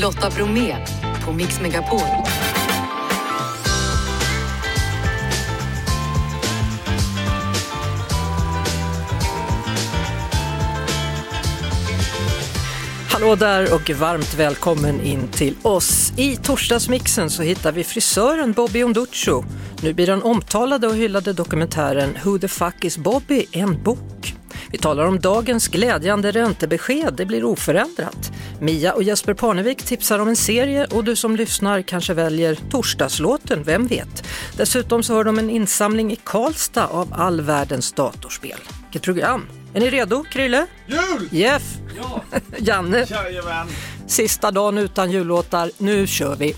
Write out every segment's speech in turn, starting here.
Lotta Bromé på Mix Megapol. Hallå där och varmt välkommen in till oss. I torsdagsmixen så hittar vi frisören Bobby Onducho. Nu blir den omtalade och hyllade dokumentären Who the fuck is Bobby en bok. Vi talar om dagens glädjande räntebesked, det blir oförändrat. Mia och Jesper Parnevik tipsar om en serie och du som lyssnar kanske väljer torsdagslåten, vem vet. Dessutom så hör de en insamling i Karlstad av all världens datorspel. Vilket program! Är ni redo, Krille? Jul! Jeff? Ja! Janne? Jajamän! Sista dagen utan jullåtar, nu kör vi!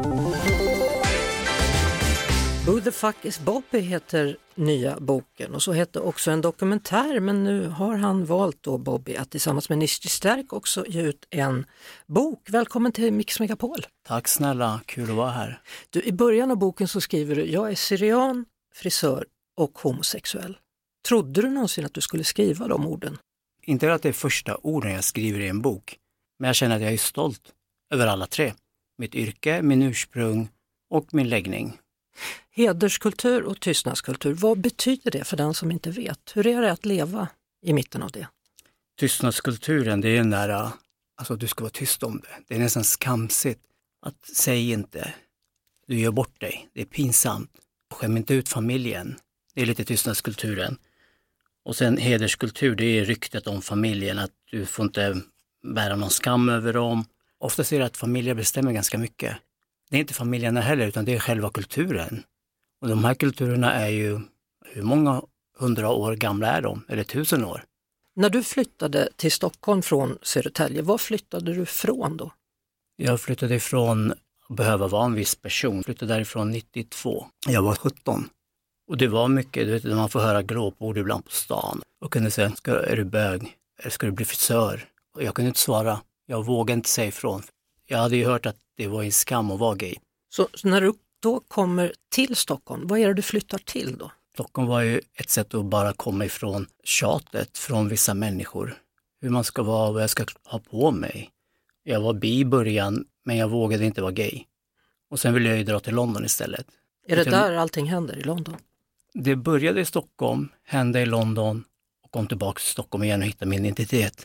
Who the fuck is Bobby heter nya boken och så heter också en dokumentär, men nu har han valt då Bobby att tillsammans med Nischi Stärk också ge ut en bok. Välkommen till Mix Megapol. Tack snälla, kul att vara här. Du, i början av boken så skriver du, jag är syrian, frisör och homosexuell. Trodde du någonsin att du skulle skriva de orden? Inte att det är första orden jag skriver i en bok, men jag känner att jag är stolt över alla tre. Mitt yrke, min ursprung och min läggning. Hederskultur och tystnadskultur, vad betyder det för den som inte vet? Hur är det att leva i mitten av det? Tystnadskulturen, det är den där, alltså du ska vara tyst om det. Det är nästan skamsigt att säga inte, du gör bort dig, det är pinsamt. Skäm inte ut familjen, det är lite tystnadskulturen. Och sen hederskultur, det är ryktet om familjen, att du får inte bära någon skam över dem. Ofta ser det att familjer bestämmer ganska mycket. Det är inte familjerna heller, utan det är själva kulturen. Och de här kulturerna är ju, hur många 100 år gamla är de? Eller 1000 år? När du flyttade till Stockholm från Södertälje, var flyttade du från då? Jag flyttade ifrån att behöva vara en viss person. Jag flyttade därifrån 92. Jag var 17. Och det var mycket, du vet, man får höra glåpord ibland på stan. Och kunde säga, är du bög? Eller ska du bli frisör? Och jag kunde inte svara. Jag vågade inte säga ifrån. Jag hade ju hört att det var en skam att vara gay. Så när du då kommer till Stockholm, vad är det du flyttar till då? Stockholm var ju ett sätt att bara komma ifrån tjatet från vissa människor. Hur man ska vara, vad jag ska ha på mig. Jag var bi i början, men jag vågade inte vara gay. Och sen ville jag ju dra till London istället. Är det där allting händer i London? Det började i Stockholm, hände i London och kom tillbaka till Stockholm igen och hittade min identitet.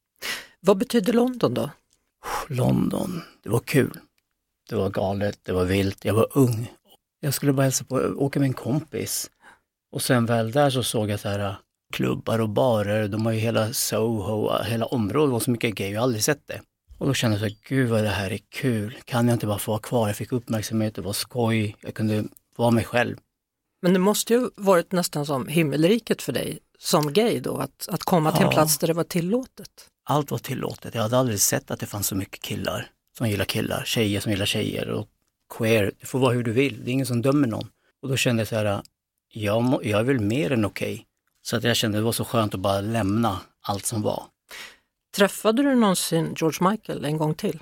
Vad betyder London då? London, det var kul. Det var galet, det var vilt, jag var ung. Jag skulle bara hälsa på, åka med en kompis. Och sen väl där så såg jag så här klubbar och barer, de har ju hela Soho, hela området var så mycket gay, jag har aldrig sett det. Och då kände jag så, gud vad det här är kul, kan jag inte bara få vara kvar? Jag fick uppmärksamhet, det var skoj, jag kunde vara mig själv. Men det måste ju varit nästan som himmelriket för dig som gay då, att komma till en plats där det var tillåtet. Allt var tillåtet, jag hade aldrig sett att det fanns så mycket killar som gillar killar, tjejer som gillar tjejer och queer, det får vara hur du vill, det är ingen som dömer någon. Och då kände jag så här, jag är väl mer än okej. Så att jag kände det var så skönt att bara lämna allt som var. Träffade du någonsin George Michael en gång till?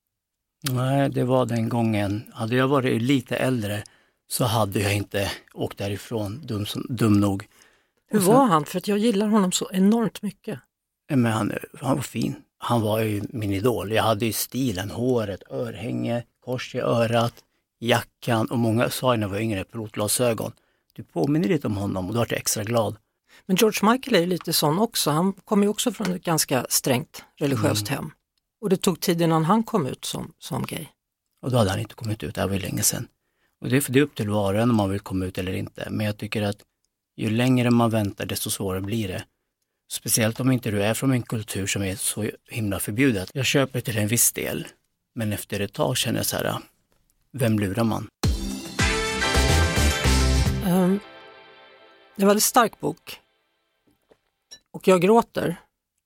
Nej, det var den gången. Hade jag varit lite äldre så hade jag inte åkt därifrån, dum nog. Hur var han? För att jag gillar honom så enormt mycket. Men han var fin. Han var ju min idol. Jag hade ju stilen, håret, örhänge, kors i örat, jackan och många sa när jag var yngre, pilotglasögon. Du påminner lite om honom och då var jag extra glad. Men George Michael är ju lite sån också. Han kom ju också från ett ganska strängt religiöst hem. Och det tog tid innan han kom ut som gay. Och då hade han inte kommit ut, det var ju länge sedan. Och det är upp till var och en om man vill komma ut eller inte. Men jag tycker att ju längre man väntar desto svårare blir det. Speciellt om inte du är från en kultur som är så himla förbjudet. Jag köper till en viss del. Men efter ett tag känner jag så här, vem lurar man? Det är en väldigt stark bok. Och jag gråter.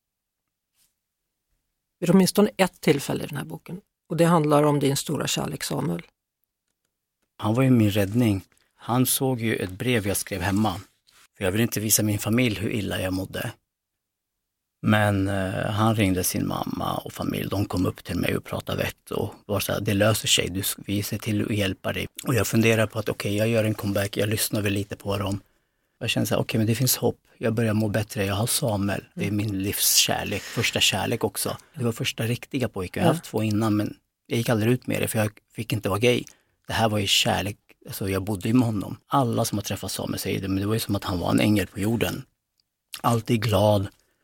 Vid åtminstone ett tillfälle i den här boken. Och det handlar om din stora kärlek Samuel. Han var ju min räddning. Han såg ju ett brev jag skrev hemma. För jag ville inte visa min familj hur illa jag mådde. Men han ringde sin mamma och familj. De kom upp till mig och pratade vett och var så här, det löser sig. Vi ser till att hjälpa dig. Och jag funderar på att okej, jag gör en comeback. Jag lyssnar väl lite på dem. Jag känner så här, okej, men det finns hopp. Jag börjar må bättre. Jag har Samuel. Det är min livskärlek. Första kärlek också. Det var första riktiga pojken. Jag har haft 2 innan, men Jag gick aldrig ut med det för jag fick inte vara gay. Det här var ju kärlek, alltså jag bodde ju med honom. Alla som har träffat Samuel säger det, men det var ju som att han var en ängel på jorden. Alltid glad,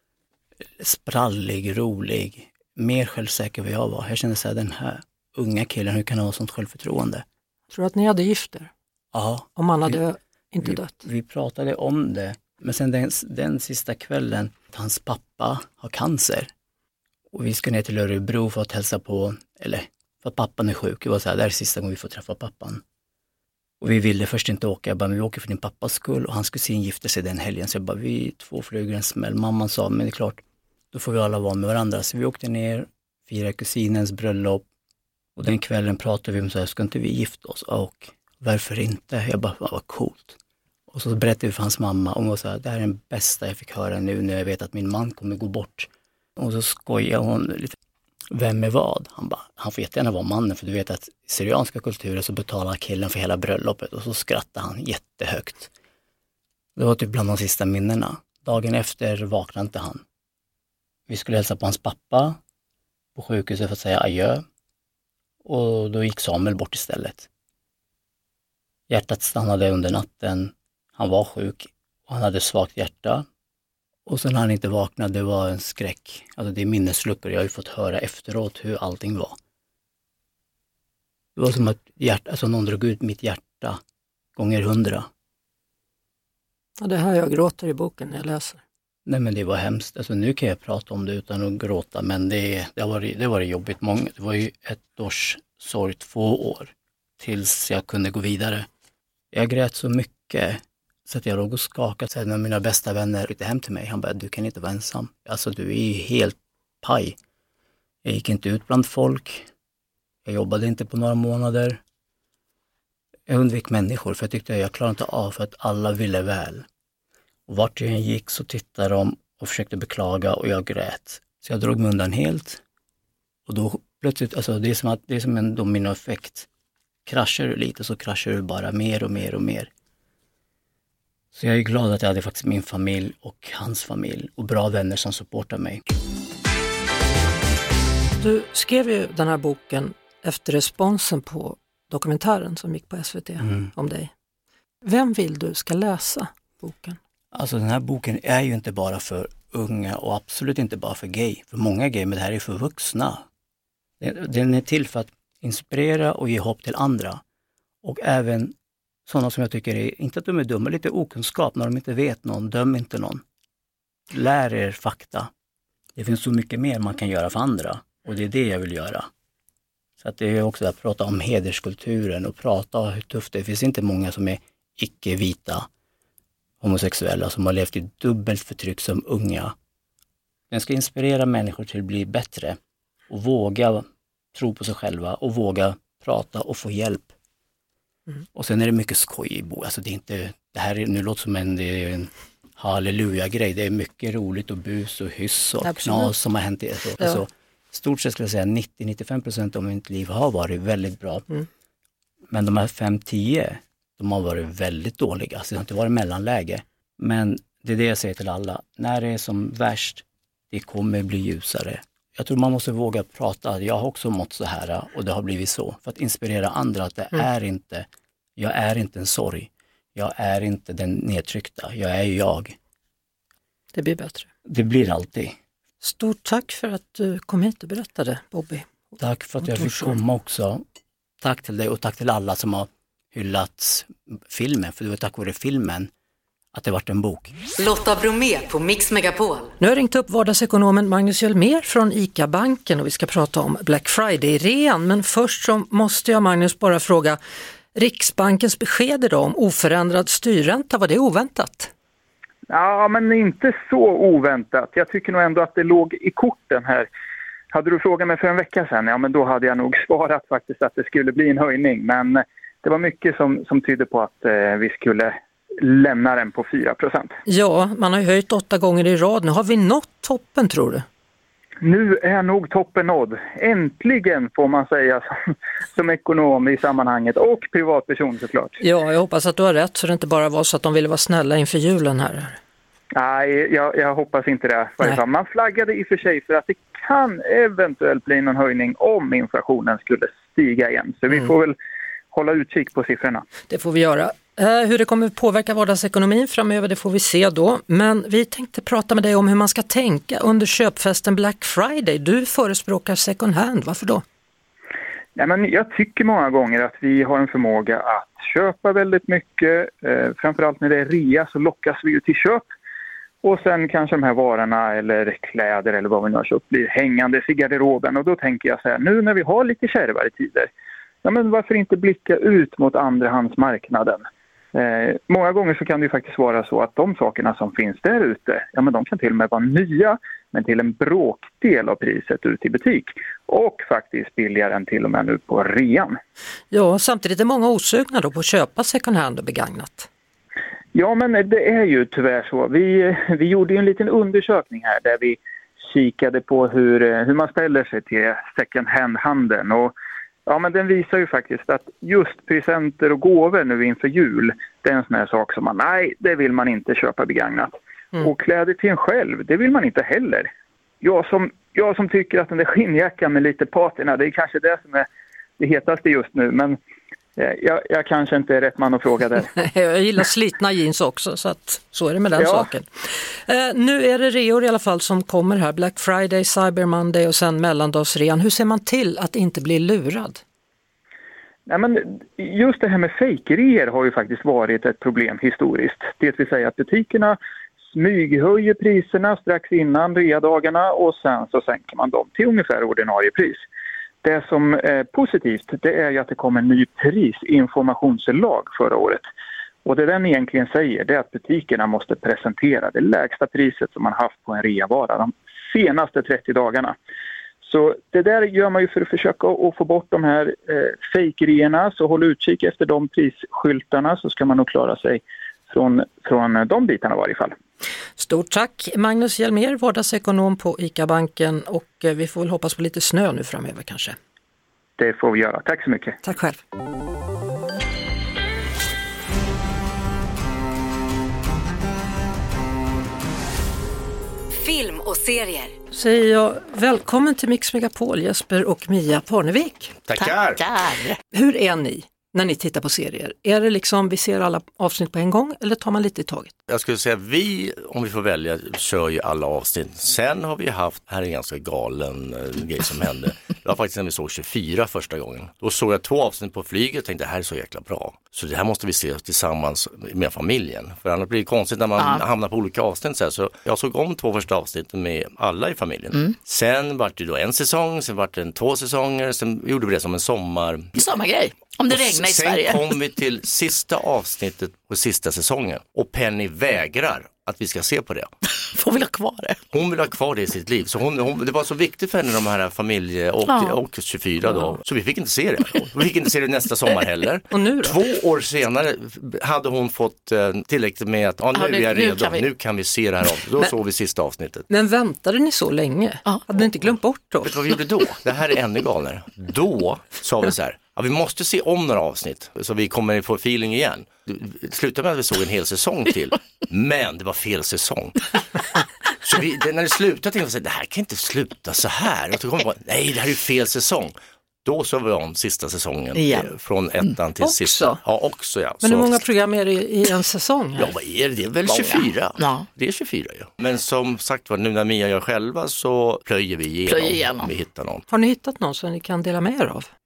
sprallig, rolig, mer självsäker än vad jag var. Jag kände så här, den här unga killen, hur kan han ha sånt självförtroende? Tror du att ni hade gift er? Ja. Om han hade inte dött? Vi pratade om det, men sen den sista kvällen, hans pappa har cancer. Och vi ska ner till Örebro för att hälsa på, eller för att pappan är sjuk. Det var så här, det är sista gången vi får träffa pappan. Och vi ville först inte åka, jag bara, men vi åker för din pappas skull. Och hans kusin gifte sig den helgen, så jag bara, vi 2 flugor en smäll. Mamman sa, men det är klart, då får vi alla vara med varandra. Så vi åkte ner, firade kusinens bröllop. Och den kvällen pratade vi om så här, ska inte vi gifta oss? Och varför inte? Jag bara, vad coolt. Och så berättade vi för hans mamma, och hon var så här, det här är den bästa jag fick höra nu när jag vet att min man kommer gå bort. Och så skojar hon lite, vem är vad? Han bara, han får jättegärna vara mannen, för du vet att i syrianska kulturer så betalar killen för hela bröllopet. Och så skrattade han jättehögt. Det var typ bland de sista minnena. Dagen efter vaknade inte han. Vi skulle hälsa på hans pappa på sjukhuset för att säga adjö. Och då gick Samuel bort istället. Hjärtat stannade under natten. Han var sjuk och han hade svagt hjärta. Och sen när han inte vaknade, det var en skräck. Alltså det är minnesluckor. Jag har ju fått höra efteråt hur allting var. Det var som att någon drog ut mitt hjärta gånger 100. Ja, det här jag gråter i boken när jag läser. Nej, men det var hemskt. Alltså nu kan jag prata om det utan att gråta, men det var jobbigt. Det var ju 1 års sorg, 2 år tills jag kunde gå vidare. Jag grät så mycket så att jag låg och skakade. Sen när mina bästa vänner ryckte hem till mig, han bara, du kan inte vara ensam. Alltså du är ju helt paj. Jag gick inte ut bland folk. Jag jobbade inte på några månader. Jag undvek människor för jag tyckte jag klarade inte av, för att alla ville väl. Och vart jag gick så tittade de och försökte beklaga och jag grät. Så jag drog mig undan helt. Och då plötsligt, alltså det är som en dominoeffekt. Kraschar du lite så kraschar du bara mer och mer och mer. Så jag är glad att jag hade faktiskt min familj och hans familj och bra vänner som supportar mig. Du skrev ju den här boken efter responsen på dokumentären som gick på SVT om dig. Vem vill du ska läsa boken? Alltså den här boken är ju inte bara för unga och absolut inte bara för gay. För många gay, men det här är för vuxna. Den är till för att inspirera och ge hopp till andra. Och även sådana som jag tycker är, inte att de är dumma, lite okunskap när de inte vet någon, döm inte någon. Lär er fakta. Det finns så mycket mer man kan göra för andra och det är det jag vill göra. Så att det är också att prata om hederskulturen och prata om hur tufft det är. Det finns inte många som är icke-vita homosexuella som har levt i dubbelt förtryck som unga. Den ska inspirera människor till att bli bättre och våga tro på sig själva och våga prata och få hjälp. Och sen är det mycket skoj i boken. Alltså det är inte, det här är, nu låter som det är en halleluja-grej. Det är mycket roligt och bus och hyss och knas som har hänt. Alltså, stort sett skulle jag säga 90-95% av mitt liv har varit väldigt bra. Men de här 5-10, de har varit väldigt dåliga. Så det har inte varit mellanläge. Men det är det jag säger till alla. När det är som värst, det kommer bli ljusare. Jag tror man måste våga prata. Jag har också mått så här och det har blivit så. För att inspirera andra att jag är inte en sorg. Jag är inte den nedtryckta. Jag är ju jag. Det blir bättre. Det blir alltid. Stort tack för att du kom hit och berättade, Bobby. Tack för att jag fick komma också. Tack till dig och tack till alla som har hyllat filmen. För det var tack vare filmen att det varit en bok. Lotta Bromé på Mix Megapol. Nu har jag ringt upp vardagsekonomen Magnus Hjelmér från ICA-banken och vi ska prata om Black Friday-rean. Men först så måste jag, Magnus, bara fråga, Riksbankens besked idag om oförändrad styrränta, var det oväntat? Ja, men inte så oväntat. Jag tycker nog ändå att det låg i korten här. Hade du frågat mig för en vecka sedan, ja men då hade jag nog svarat faktiskt att det skulle bli en höjning. Men det var mycket som tyder på att vi skulle lämna den på 4%. Ja, man har ju höjt 8 gånger i rad. Nu har vi nått toppen, tror du? Nu är nog toppen nådd. Äntligen får man säga som ekonom i sammanhanget och privatperson såklart. Ja, jag hoppas att du har rätt så det inte bara var så att de ville vara snälla inför julen här. Nej, jag hoppas inte det. Man flaggade i och för sig för att det kan eventuellt bli någon höjning om inflationen skulle stiga igen. Så vi får väl hålla utkik på siffrorna. Det får vi göra. Hur det kommer påverka vardagsekonomin framöver, det får vi se då. Men vi tänkte prata med dig om hur man ska tänka under köpfesten Black Friday. Du förespråkar second hand. Varför då? Nej, men jag tycker många gånger att vi har en förmåga att köpa väldigt mycket. Framförallt när det är rea så lockas vi ju till köp. Och sen kanske de här varorna eller kläder eller vad vi nu har köpt blir hängandes i garderoben. Och då tänker jag så här, nu när vi har lite kärvare tider, ja men varför inte blicka ut mot andrahandsmarknaden? Många gånger så kan det ju faktiskt vara så att de sakerna som finns där ute, ja men de kan till och med vara nya, men till en bråkdel av priset ut i butik. Och faktiskt billigare än till och med nu på rean. Ja, samtidigt är många osugna då på att köpa second hand och begagnat. Ja, men det är ju tyvärr så. Vi gjorde ju en liten undersökning här där vi kikade på hur man ställer sig till second hand-handeln. Och ja, men den visar ju faktiskt att just presenter och gåvor nu inför jul, det är en sån här sak som det vill man inte köpa begagnat. Och kläder till en själv, det vill man inte heller. Jag som tycker att den där skinnjackan med lite patina, det är kanske det som är det hetaste just nu, men jag kanske inte är rätt man att fråga där. Jag gillar slitna jeans också, så är det med den saken. Nu är det reor i alla fall som kommer här. Black Friday, Cyber Monday och sen mellandagsrean. Hur ser man till att inte bli lurad? Nej, men just det här med fejkerier har ju faktiskt varit ett problem historiskt. Det vill säga att butikerna smyghöjer priserna strax innan readagarna och sen så sänker man dem till ungefär ordinarie pris. Det som är positivt, det är ju att det kom en ny prisinformationslag förra året. Och det den egentligen säger, det är att butikerna måste presentera det lägsta priset som man haft på en reavara de senaste 30 dagarna. Så det där gör man ju för att försöka att få bort de här fejkerierna. Så håll utkik efter de prisskyltarna så ska man nog klara sig från de bitarna i varje fall. Stort tack Magnus Hjelmér, vardagsekonom på ICA-banken, och vi får väl hoppas på lite snö nu framöver kanske. Det får vi göra. Tack så mycket. Tack själv. Film och serier. Säger jag välkommen till Mix Megapol, Jesper och Mia Parnevik. Tackar. Hur är ni när ni tittar på serier? Är det liksom vi ser alla avsnitt på en gång eller tar man lite i taget? Jag skulle säga om vi får välja, kör ju alla avsnitt. Sen har vi haft, här är en ganska galen grej som hände. Det var faktiskt när vi såg 24 första gången. Då såg jag 2 avsnitt på flyget och tänkte det här är så jäkla bra. Så det här måste vi se tillsammans med familjen. För annars blir det konstigt när man hamnar på olika avsnitt. Så jag såg om 2 första avsnitten med alla i familjen. Sen var det då en säsong, sen var det 2 säsonger. Sen gjorde vi det som en sommargrej. Om det regnar i Sverige. Sen kom vi till sista avsnittet på sista säsongen. Och Penny vägrar att vi ska se på det. Hon vill ha kvar det. Hon vill ha kvar det i sitt liv. Så det var så viktigt för henne, de här familje och 24 då. Så vi fick inte se det. Vi fick inte se det nästa sommar heller. Och nu då? 2 år senare hade hon fått tillräckligt med att nu är jag redo. Nu kan vi se det här avsnittet. Då såg vi sista avsnittet. Men väntade ni så länge? Hade ni inte glömt bort då? Vet du vad vi gjorde då? Det här är ännu galnare. Då sa vi så här. Ja, vi måste se om några avsnitt så vi kommer få feeling igen. Det slutade med att vi såg en hel säsong till. Men det var fel säsong. Så när det slutade tänkte jag att det här kan inte sluta så här. Och så kom jag på, nej det här är ju fel säsong. Då så var vi om sista säsongen från 1 till sista. Ja, också ja. Men hur många program är det i en säsong här? Ja, vad är det? Det är väl 24. Ja. Det är 24 ja. Men som sagt var, nu när Mia gör själva så plöjer vi igenom. Vi hittar någon. Har ni hittat någon som ni kan dela med er av?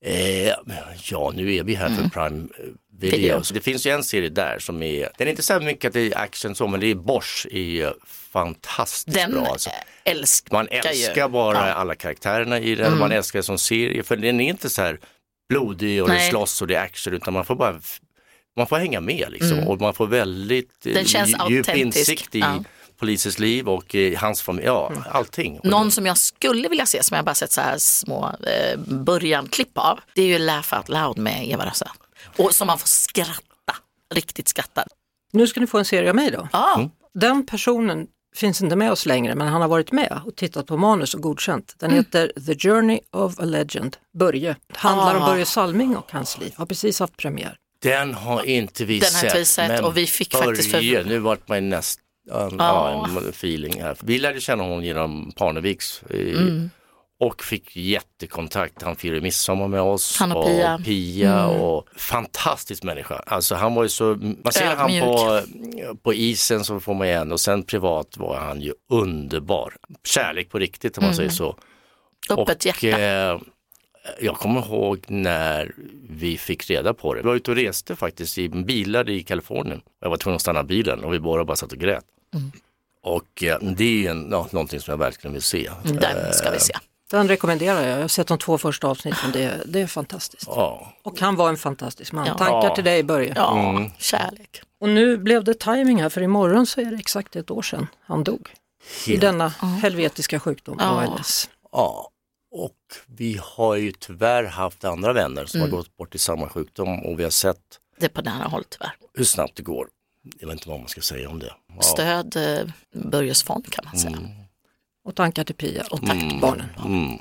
Ja, nu är vi här för Prime Video. Så det finns ju en serie där som är, den är inte så mycket att det är action så, men det är Bosch är fantastiskt bra. Alltså. Man älskar bara alla karaktärerna i den, man älskar det som serie, för den är inte så här blodig och det slåss och det är action, utan man får hänga med liksom, och man får väldigt djup insikt i polisens liv och hans familj, allting. Någon som jag skulle vilja se, som jag bara sett så här små början-klipp av, det är ju Laugh Out Loud med Eva Röse. Och som man får riktigt skratta. Nu ska ni få en serie av mig då. Den personen finns inte med oss längre, men han har varit med och tittat på manus och godkänt. Den heter The Journey of a Legend, Börje. Handlar om Börje Salming och hans liv. Har precis haft premiär. Den har inte vi sett. Och vi fick faktiskt nu vart man en feeling här. Vi lärde känna honom genom Parneviks och fick jättekontakt. Han firade midsommar med oss. Han och Pia och fantastisk människa. Alltså han var ju så, man ser han på isen så får man igen, och sen privat var han ju underbar. Kärlek på riktigt om man säger så. Öppet hjärta. Jag kommer ihåg när vi fick reda på det. Vi var ute och reste faktiskt i bilar i Kalifornien. Jag var tvungen att stanna bilen och vi bara satt och grät. Och det är någonting som jag verkligen vill se. Den ska vi se. Den rekommenderar jag. Jag har sett de 2 första avsnitten. Det är fantastiskt. Ja. Och han var en fantastisk man. Tankar till dig, Börje. Ja, kärlek. Och nu blev det timing här, för imorgon så är det exakt 1 år sedan han dog. I denna helvetiska sjukdom, ALS. Ja, och vi har ju tyvärr haft andra vänner som har gått bort i samma sjukdom, och vi har sett det är på nära håll tyvärr. Hur snabbt det går. Jag vet inte vad man ska säga om det. Ja. Stöd Börjes fond kan man säga. Och tankar till Pia och tack till barnen.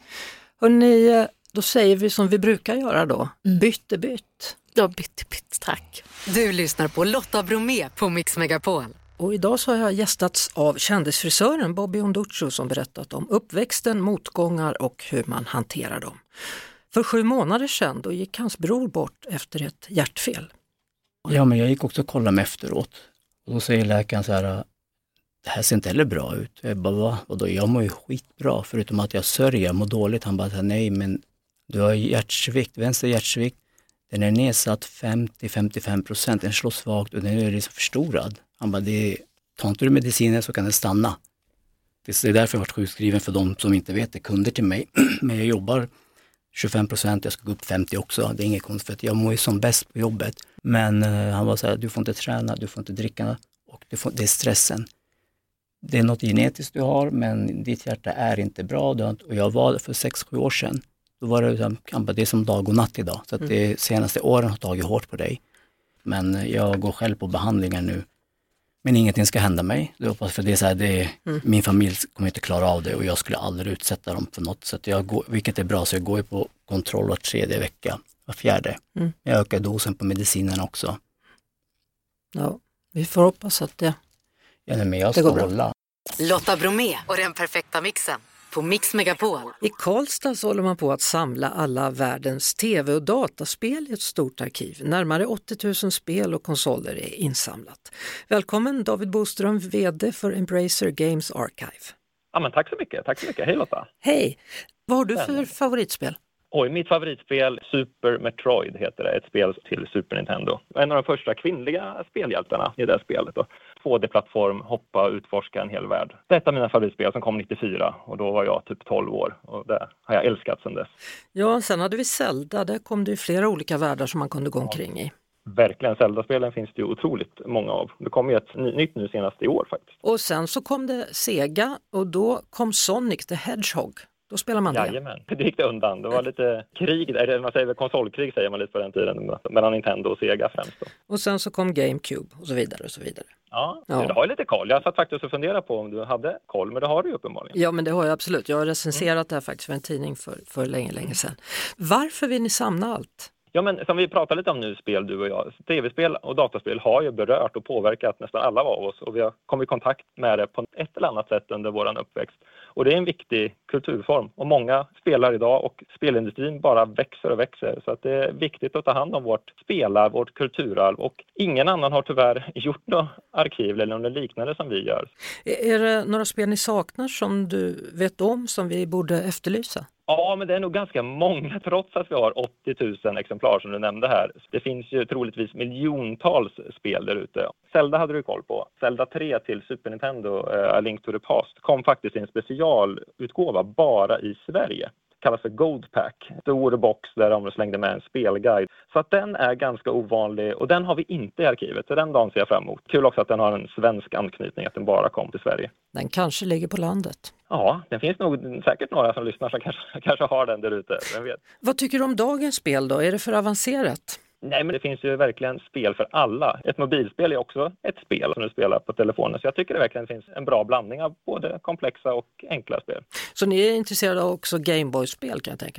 Mm. Då säger vi som vi brukar göra då. Bytt. Ja, bytt, tack. Du lyssnar på Lotta Bromé på Mix Megapol. Och idag så har jag gästats av kändisfrisören Bobby Onducho som berättat om uppväxten, motgångar och hur man hanterar dem. För 7 månader sedan då gick hans bror bort efter ett hjärtfel. Ja, men jag gick också och kollade mig efteråt. Och då säger läkaren så här, det här ser inte heller bra ut. Jag bara, vadå? Jag mår ju skitbra, förutom att jag sörjer, mår dåligt. Han bara, nej men du har hjärtsvikt, vänster hjärtsvikt. Den är nedsatt 50-55%, den slår svagt och den är liksom förstorad. Han bara, tar inte du mediciner så kan den stanna. Det är därför jag har varit sjukskriven, för de som inte vet det, kunder till mig. Men jag jobbar 25%, jag ska gå upp 50% också. Det är inget konstigt, för att jag mår ju som bäst på jobbet. Men han var så här, du får inte träna, du får inte dricka, och det är stressen. Det är något genetiskt du har, men ditt hjärta är inte bra. Och jag var för 6-7 år sedan. Då var det är som dag och natt idag. Så att de senaste åren har tagit hårt på dig. Men jag går själv på behandlingar nu. Men ingenting ska hända mig. Jag hoppas, för det är så här, min familj kommer inte klara av det. Och jag skulle aldrig utsätta dem för något. Så att jag går, vilket är bra, så jag går på kontroll var 3:e vecka. Var 4:e. Jag ökar dosen på medicinen också. Ja, vi får hoppas att det går bra. Lotta Bromé och den perfekta mixen på Mix Megapol. I Karlstad så håller man på att samla alla världens tv- och dataspel i ett stort arkiv. Närmare 80 000 spel och konsoler är insamlat. Välkommen David Boström, vd för Embracer Games Archive. Ja, men tack så mycket. Hej Lotta. Hej. Vad har du för favoritspel? Mitt favoritspel, Super Metroid heter det. Ett spel till Super Nintendo. En av de första kvinnliga spelhjältarna i det spelet. 2D-plattform, hoppa och utforska en hel värld. Det är ett av mina favoritspel som kom 94 och då var jag typ 12 år. Och det har jag älskat sedan dess. Ja, sen hade vi Zelda. Där kom det ju flera olika världar som man kunde gå omkring i. Verkligen, Zelda-spelen finns det ju otroligt många av. Det kom ju ett nytt nu senast i år faktiskt. Och sen så kom det Sega och då kom Sonic the Hedgehog. Då spelar man det. Jajamän, det gick det undan. Det var lite krig, man säger väl konsolkrig säger man lite på den tiden, mellan Nintendo och Sega främst då. Och sen så kom GameCube och så vidare och så vidare. Ja. Du har ju lite koll. Jag satt faktiskt och funderade på om du hade koll, men det har du ju uppenbarligen. Ja, men det har jag absolut. Jag har recenserat det här faktiskt för en tidning för länge sedan. Varför vill ni samla allt? Ja, men som vi pratar lite om nu, spel du och jag, tv-spel och dataspel har ju berört och påverkat nästan alla av oss och vi har kommit i kontakt med det på ett eller annat sätt under våran uppväxt. Och det är en viktig kulturform och många spelar idag och spelindustrin bara växer och växer. Så att det är viktigt att ta hand om vårt spelarv, vårt kulturarv och ingen annan har tyvärr gjort något arkiv eller något liknande som vi gör. Är det några spel ni saknar som du vet om som vi borde efterlysa? Ja, men det är nog ganska många trots att vi har 80 000 exemplar som du nämnde här. Det finns ju troligtvis miljontals spel där ute. Zelda hade du koll på. Zelda 3 till Super Nintendo, A Link to the Past, kom faktiskt i en specialutgåva bara i Sverige. Kallas för Gold Pack. Stor box där de slängde med en spelguide. Så att den är ganska ovanlig och den har vi inte i arkivet. Så den dagen ser jag fram emot. Kul också att den har en svensk anknytning, att den bara kom till Sverige. Den kanske ligger på landet. Ja, det finns nog säkert några som lyssnar som kanske har den där ute. Vem vet. Vad tycker du om dagens spel då? Är det för avancerat? Nej, men det finns ju verkligen spel för alla. Ett mobilspel är också ett spel som du spelar på telefonen. Så jag tycker det verkligen finns en bra blandning av både komplexa och enkla spel. Så ni är intresserade av också Gameboy-spel kan jag tänka mig?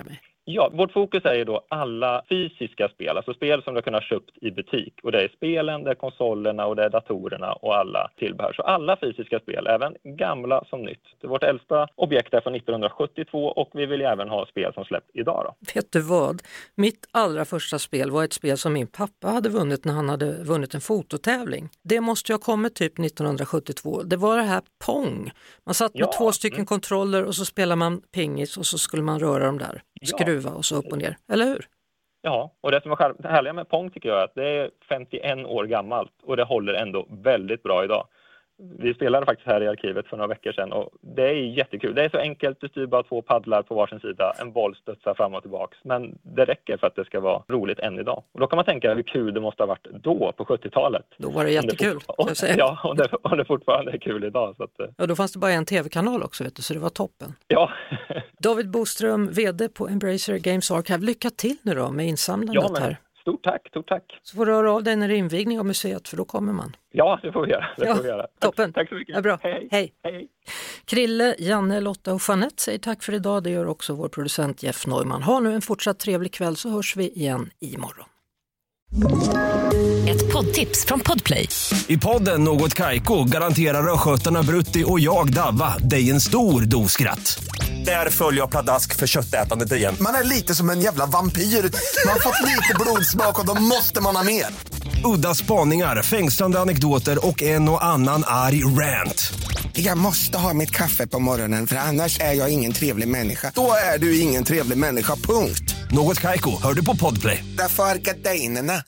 Ja, vårt fokus är ju då alla fysiska spel, alltså spel som du har kunnat köpt i butik. Och det är spelen, det är konsolerna och det är datorerna och alla tillbehör. Så alla fysiska spel, även gamla som nytt. Vårt äldsta objekt är från 1972 och vi vill även ha spel som släpps idag då. Vet du vad? Mitt allra första spel var ett spel som min pappa hade vunnit när han hade vunnit en fototävling. Det måste ju ha kommit typ 1972. Det var det här Pong. Man satt med 2 stycken kontroller och så spelar man pingis och så skulle man röra dem där. Skruva och så upp och ner, eller hur? Ja, och det som är härliga med Pong tycker jag är att det är 51 år gammalt och det håller ändå väldigt bra idag. Vi spelade faktiskt här i arkivet för några veckor sedan och det är jättekul. Det är så enkelt, du styr bara 2 paddlar på varsin sida, en boll studsar fram och tillbaks. Men det räcker för att det ska vara roligt än idag. Och då kan man tänka hur kul det måste ha varit då på 70-talet. Då var det jättekul. Ja, och det fortfarande är kul idag. Så att, ja, då fanns det bara en tv-kanal också, vet du, så det var toppen. Ja. David Boström, vd på Embracer Games Archive. Lycka till nu då med insamlandet här. Stort tack. Så får du höra av dig när det är invigning av museet, för då kommer man. Ja, det får vi göra. Toppen. Tack så mycket. Ja, bra. Hej. Krille, Janne, Lotta och Jeanette säger tack för idag. Det gör också vår producent Jeff Neumann. Ha nu en fortsatt trevlig kväll så hörs vi igen imorgon. Ett poddtips från Podplay. I podden Något Kaiko garanterar röskötarna Brutti och jag Davva dig en stor doskratt. Där följer jag pladask för köttätandet igen. Man är lite som en jävla vampyr. Man har fått lite blodsmak och då måste man ha mer. Udda spaningar, fängslande anekdoter och en och annan arg rant. Jag måste ha mitt kaffe på morgonen för annars är jag ingen trevlig människa. Då är du ingen trevlig människa, punkt. Något Kaiko, hör du på Podplay. Därför är gardinerna.